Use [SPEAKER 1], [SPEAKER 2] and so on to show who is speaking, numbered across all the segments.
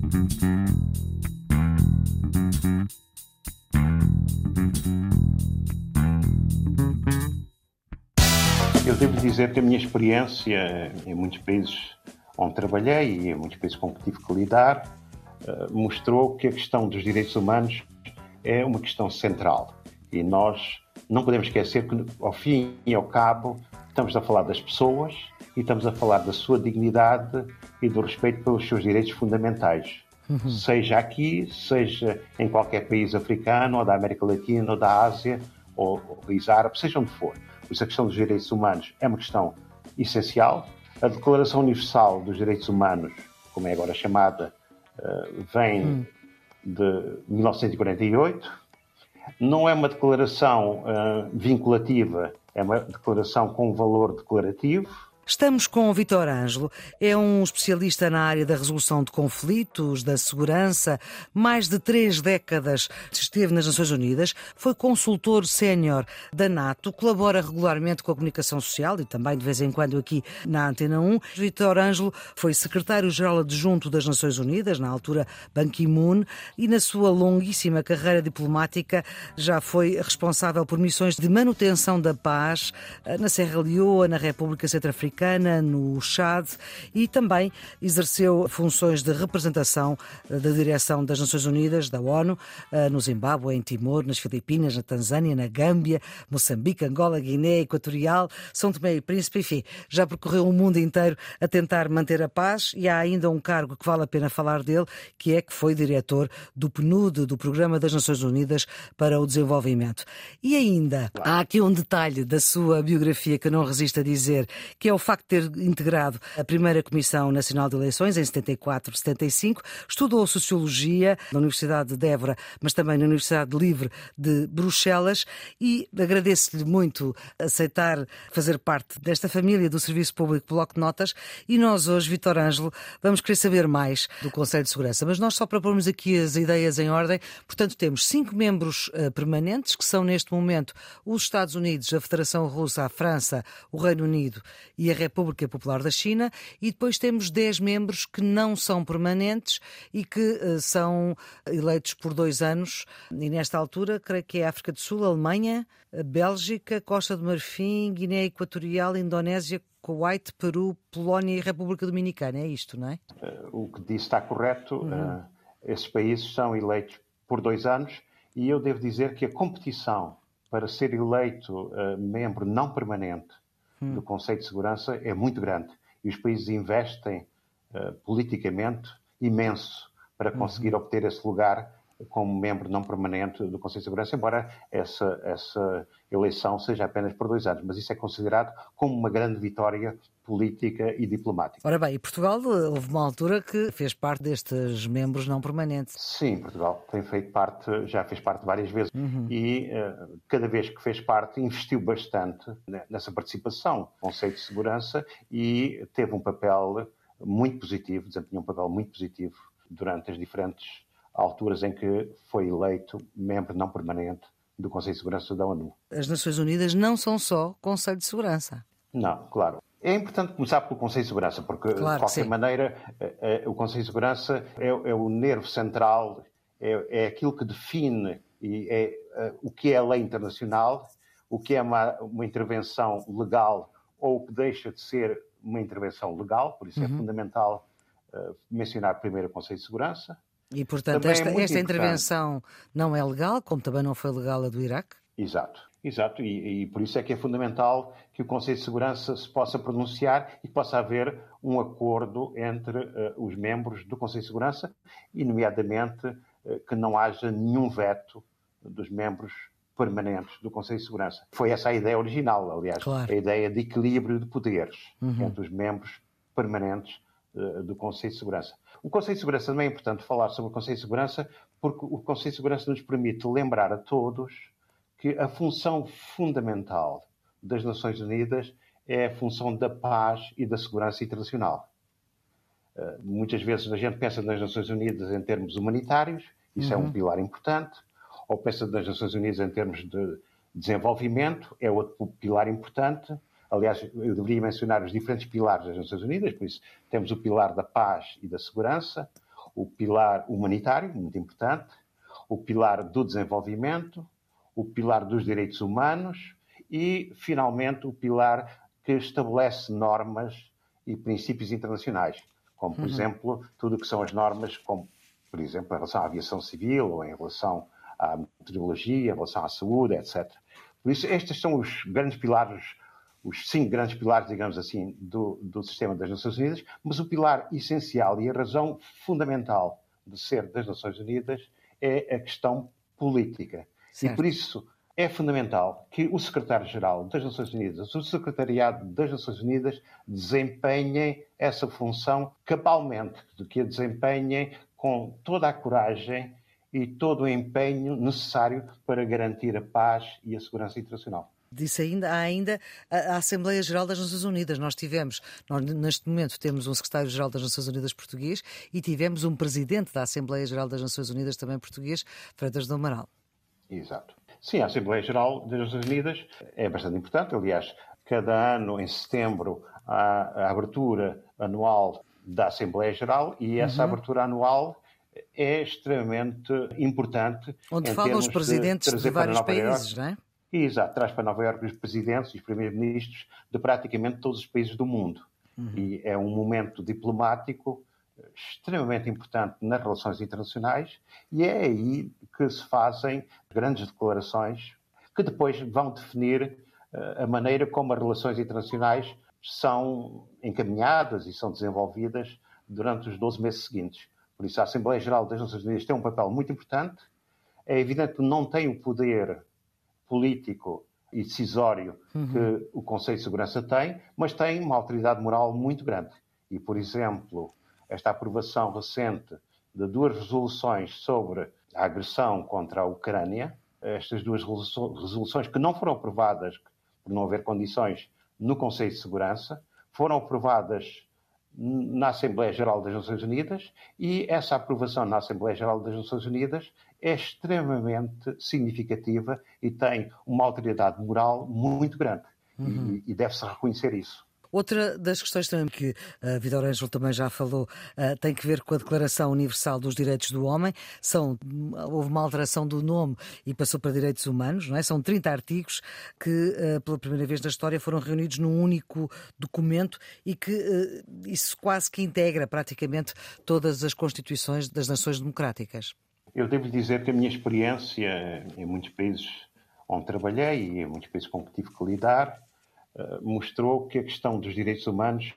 [SPEAKER 1] Eu devo dizer que a minha experiência em muitos países onde trabalhei e em muitos países com que tive que lidar mostrou que a questão dos direitos humanos é uma questão central. E nós não podemos esquecer que, ao fim e ao cabo, estamos a falar das pessoas e estamos a falar da sua dignidade e do respeito pelos seus direitos fundamentais. Seja aqui, seja em qualquer país africano, ou da América Latina, ou da Ásia, ou país árabe, seja onde for. Por isso a questão dos direitos humanos é uma questão essencial. A Declaração Universal dos Direitos Humanos, como é agora chamada, vem de 1948. Não é uma declaração vinculativa, é uma declaração com valor declarativo.
[SPEAKER 2] Estamos com o Vítor Ângelo, é um especialista na área da resolução de conflitos, da segurança, mais de 3 décadas esteve nas Nações Unidas, foi consultor sénior da NATO, colabora regularmente com a comunicação social e também de vez em quando aqui na Antena 1. Vítor Ângelo foi secretário-geral adjunto das Nações Unidas, na altura Ban Ki-moon, e na sua longuíssima carreira diplomática já foi responsável por missões de manutenção da paz na Serra Leoa, na República Centro-Africana, no Chad, e também exerceu funções de representação da direção das Nações Unidas, da ONU, no Zimbábue, em Timor, nas Filipinas, na Tanzânia, na Gâmbia, Moçambique, Angola, Guiné Equatorial, São Tomé e Príncipe, enfim, já percorreu o mundo inteiro a tentar manter a paz, e há ainda um cargo que vale a pena falar dele, que foi diretor do PNUD, do Programa das Nações Unidas para o Desenvolvimento. E ainda, há aqui um detalhe da sua biografia que eu não resisto a dizer, que é o facto de ter integrado a primeira Comissão Nacional de Eleições em 74-75, estudou Sociologia na Universidade de Évora, mas também na Universidade Livre de Bruxelas, e agradeço-lhe muito aceitar fazer parte desta família do Serviço Público Bloco de Notas. E nós hoje, Vítor Ângelo, vamos querer saber mais do Conselho de Segurança, mas nós só para pormos aqui as ideias em ordem, portanto temos 5 membros permanentes, que são neste momento os Estados Unidos, a Federação Russa, a França, o Reino Unido e a República Popular da China, e depois temos 10 membros que não são permanentes e que são eleitos por 2 anos, e nesta altura creio que é a África do Sul, a Alemanha, a Bélgica, Costa do Marfim, Guiné Equatorial, Indonésia, Kuwait, Peru, Polónia e República Dominicana. É isto, não é?
[SPEAKER 1] O que disse está correto. Esses países são eleitos por 2 anos, e eu devo dizer que a competição para ser eleito membro não permanente do Conselho de Segurança é muito grande, e os países investem politicamente imenso para conseguir obter esse lugar como membro não permanente do Conselho de Segurança, embora essa eleição seja apenas por 2 anos, mas isso é considerado como uma grande vitória política e diplomática.
[SPEAKER 2] Ora bem, e Portugal houve uma altura que fez parte destes membros não permanentes.
[SPEAKER 1] Sim, Portugal já fez parte várias vezes, e cada vez que fez parte investiu bastante nessa participação no Conselho de Segurança, e teve um papel muito positivo, desempenhou um papel muito positivo durante as diferentes alturas em que foi eleito membro não permanente do Conselho de Segurança da ONU.
[SPEAKER 2] As Nações Unidas não são só Conselho de Segurança.
[SPEAKER 1] Não, claro. É importante começar pelo Conselho de Segurança, porque,
[SPEAKER 2] claro,
[SPEAKER 1] de qualquer maneira, o Conselho de Segurança é o nervo central, é aquilo que define o que é a lei internacional, o que é uma intervenção legal ou o que deixa de ser uma intervenção legal, por isso é fundamental mencionar primeiro o Conselho de Segurança.
[SPEAKER 2] E, portanto, esta intervenção não é legal, como também não foi legal a do Iraque?
[SPEAKER 1] Exato. E por isso é que é fundamental que o Conselho de Segurança se possa pronunciar e que possa haver um acordo entre os membros do Conselho de Segurança, e, nomeadamente, que não haja nenhum veto dos membros permanentes do Conselho de Segurança. Foi essa a ideia original, aliás,
[SPEAKER 2] claro.
[SPEAKER 1] A ideia de equilíbrio de poderes entre os membros permanentes do Conselho de Segurança. O Conselho de Segurança também é importante falar sobre o Conselho de Segurança, porque o Conselho de Segurança nos permite lembrar a todos que a função fundamental das Nações Unidas é a função da paz e da segurança internacional. Muitas vezes a gente pensa nas Nações Unidas em termos humanitários, isso é um pilar importante, ou pensa nas Nações Unidas em termos de desenvolvimento, é outro pilar importante. Aliás, eu deveria mencionar os diferentes pilares das Nações Unidas, por isso temos o pilar da paz e da segurança, o pilar humanitário, muito importante, o pilar do desenvolvimento, o pilar dos direitos humanos e, finalmente, o pilar que estabelece normas e princípios internacionais, como, por exemplo, tudo o que são as normas, como, por exemplo, em relação à aviação civil ou em relação à meteorologia, em relação à saúde, etc. Por isso, estes são os grandes pilares, os 5 grandes pilares, digamos assim, do sistema das Nações Unidas, mas o pilar essencial e a razão fundamental de ser das Nações Unidas é a questão política.
[SPEAKER 2] Certo.
[SPEAKER 1] E por isso é fundamental que o secretário-geral das Nações Unidas, o secretariado das Nações Unidas, desempenhem essa função cabalmente, que a desempenhem com toda a coragem e todo o empenho necessário para garantir a paz e a segurança internacional.
[SPEAKER 2] Disse há ainda a Assembleia Geral das Nações Unidas. Nós neste momento temos um secretário-geral das Nações Unidas português e tivemos um presidente da Assembleia Geral das Nações Unidas também português, Freitas do Amaral.
[SPEAKER 1] Exato. Sim, a Assembleia Geral das Nações Unidas é bastante importante. Aliás, cada ano, em setembro, há a abertura anual da Assembleia Geral e essa abertura anual é extremamente importante.
[SPEAKER 2] Onde falam os presidentes de vários países, não é?
[SPEAKER 1] Exato, traz para Nova Iorque os presidentes e os primeiros-ministros de praticamente todos os países do mundo. E é um momento diplomático extremamente importante nas relações internacionais e é aí que se fazem grandes declarações que depois vão definir a maneira como as relações internacionais são encaminhadas e são desenvolvidas durante os 12 meses seguintes. Por isso, a Assembleia Geral das Nações Unidas tem um papel muito importante. É evidente que não tem o poder político e decisório que o Conselho de Segurança tem, mas tem uma autoridade moral muito grande. E, por exemplo, esta aprovação recente de 2 resoluções sobre a agressão contra a Ucrânia, estas 2 resoluções que não foram aprovadas por não haver condições no Conselho de Segurança, foram aprovadas na Assembleia Geral das Nações Unidas e essa aprovação na Assembleia Geral das Nações Unidas é extremamente significativa e tem uma autoridade moral muito grande e deve-se reconhecer isso.
[SPEAKER 2] Outra das questões também que a Vítor Ângelo também já falou tem que ver com a Declaração Universal dos Direitos do Homem. Houve uma alteração do nome e passou para Direitos Humanos, não é? São 30 artigos que pela primeira vez na história foram reunidos num único documento e que isso quase que integra praticamente todas as constituições das nações democráticas.
[SPEAKER 1] Eu devo dizer que a minha experiência em muitos países onde trabalhei e em muitos países com que tive que lidar mostrou que a questão dos direitos humanos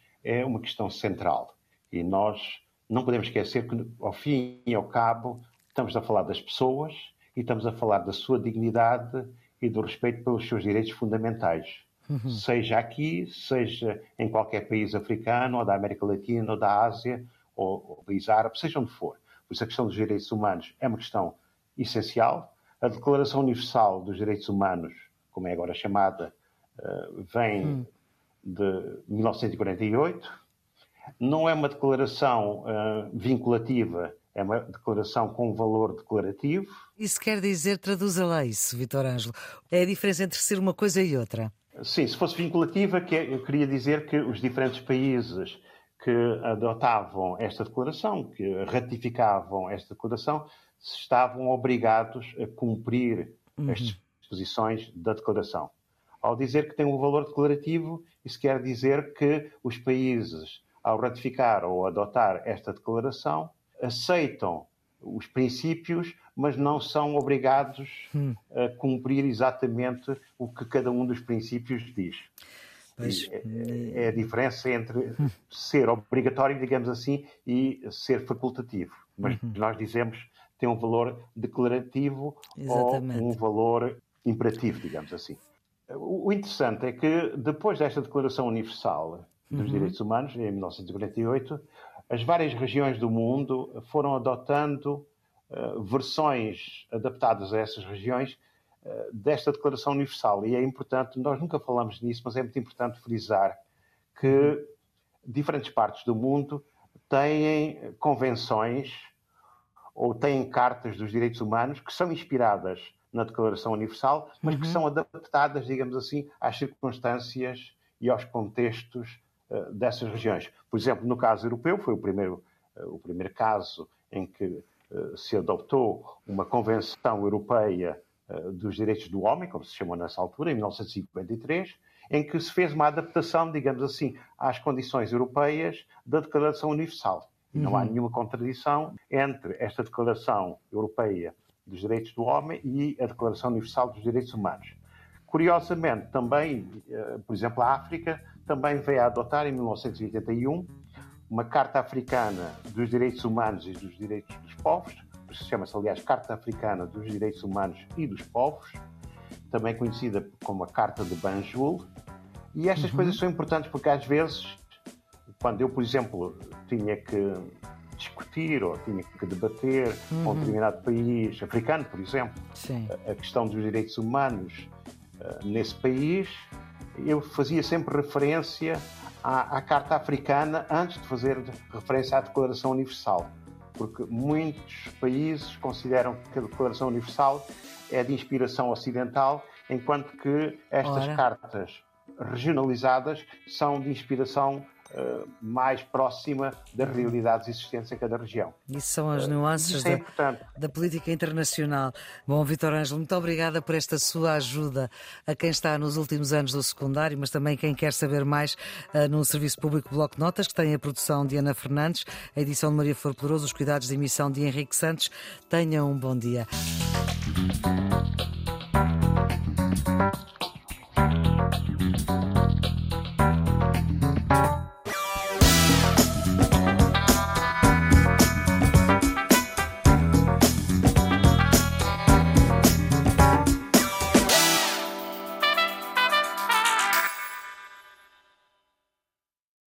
[SPEAKER 1] é uma questão central. E nós não podemos esquecer que, ao fim e ao cabo, estamos a falar das pessoas e estamos a falar da sua dignidade e do respeito pelos seus direitos fundamentais. Seja aqui, seja em qualquer país africano, ou da América Latina, ou da Ásia, ou país árabe, seja onde for. Por isso a questão dos direitos humanos é uma questão essencial. A Declaração Universal dos Direitos Humanos, como é agora chamada, vem de 1948. Não é uma declaração vinculativa, é uma declaração com valor declarativo.
[SPEAKER 2] Isso quer dizer, traduza lá isso, Vítor Ângelo. É a diferença entre ser uma coisa e outra.
[SPEAKER 1] Sim, se fosse vinculativa, eu queria dizer que os diferentes países que adotavam esta declaração, que ratificavam esta declaração, estavam obrigados a cumprir as disposições da declaração. Ao dizer que tem um valor declarativo, isso quer dizer que os países, ao ratificar ou adotar esta declaração, aceitam os princípios, mas não são obrigados a cumprir exatamente o que cada um dos princípios diz. É a diferença entre ser obrigatório, digamos assim, e ser facultativo. Mas nós dizemos que tem um valor declarativo ou um valor imperativo, digamos assim. O interessante é que, depois desta Declaração Universal dos Direitos Humanos, em 1948, as várias regiões do mundo foram adotando versões adaptadas a essas regiões desta Declaração Universal. E é importante, nós nunca falamos nisso, mas é muito importante frisar que diferentes partes do mundo têm convenções ou têm cartas dos direitos humanos que são inspiradas na Declaração Universal, mas que são adaptadas, digamos assim, às circunstâncias e aos contextos dessas regiões. Por exemplo, no caso europeu, foi o primeiro o primeiro caso em que se adotou uma Convenção Europeia dos Direitos do Homem, como se chamou nessa altura, em 1953, em que se fez uma adaptação, digamos assim, às condições europeias da Declaração Universal. E não há nenhuma contradição entre esta Declaração Europeia dos Direitos do Homem e a Declaração Universal dos Direitos Humanos. Curiosamente, também, por exemplo, a África também veio a adotar, em 1981, uma Carta Africana dos Direitos Humanos e dos Direitos dos Povos, chama-se, aliás, Carta Africana dos Direitos Humanos e dos Povos, também conhecida como a Carta de Banjul. E estas coisas são importantes porque, às vezes, quando eu, por exemplo, tinha que discutir ou tinha que debater com um determinado país africano, por exemplo, a questão dos direitos humanos nesse país, eu fazia sempre referência à Carta Africana antes de fazer referência à Declaração Universal, porque muitos países consideram que a Declaração Universal é de inspiração ocidental, enquanto que estas cartas regionalizadas são de inspiração mais próxima das realidades existentes em cada região.
[SPEAKER 2] Isso são as nuances da política internacional. Bom, Vítor Ângelo, muito obrigada por esta sua ajuda a quem está nos últimos anos do secundário, mas também quem quer saber mais no Serviço Público Bloco de Notas, que tem a produção de Ana Fernandes, a edição de Maria Flor Poderoso, os cuidados de emissão de Henrique Santos. Tenham um bom dia.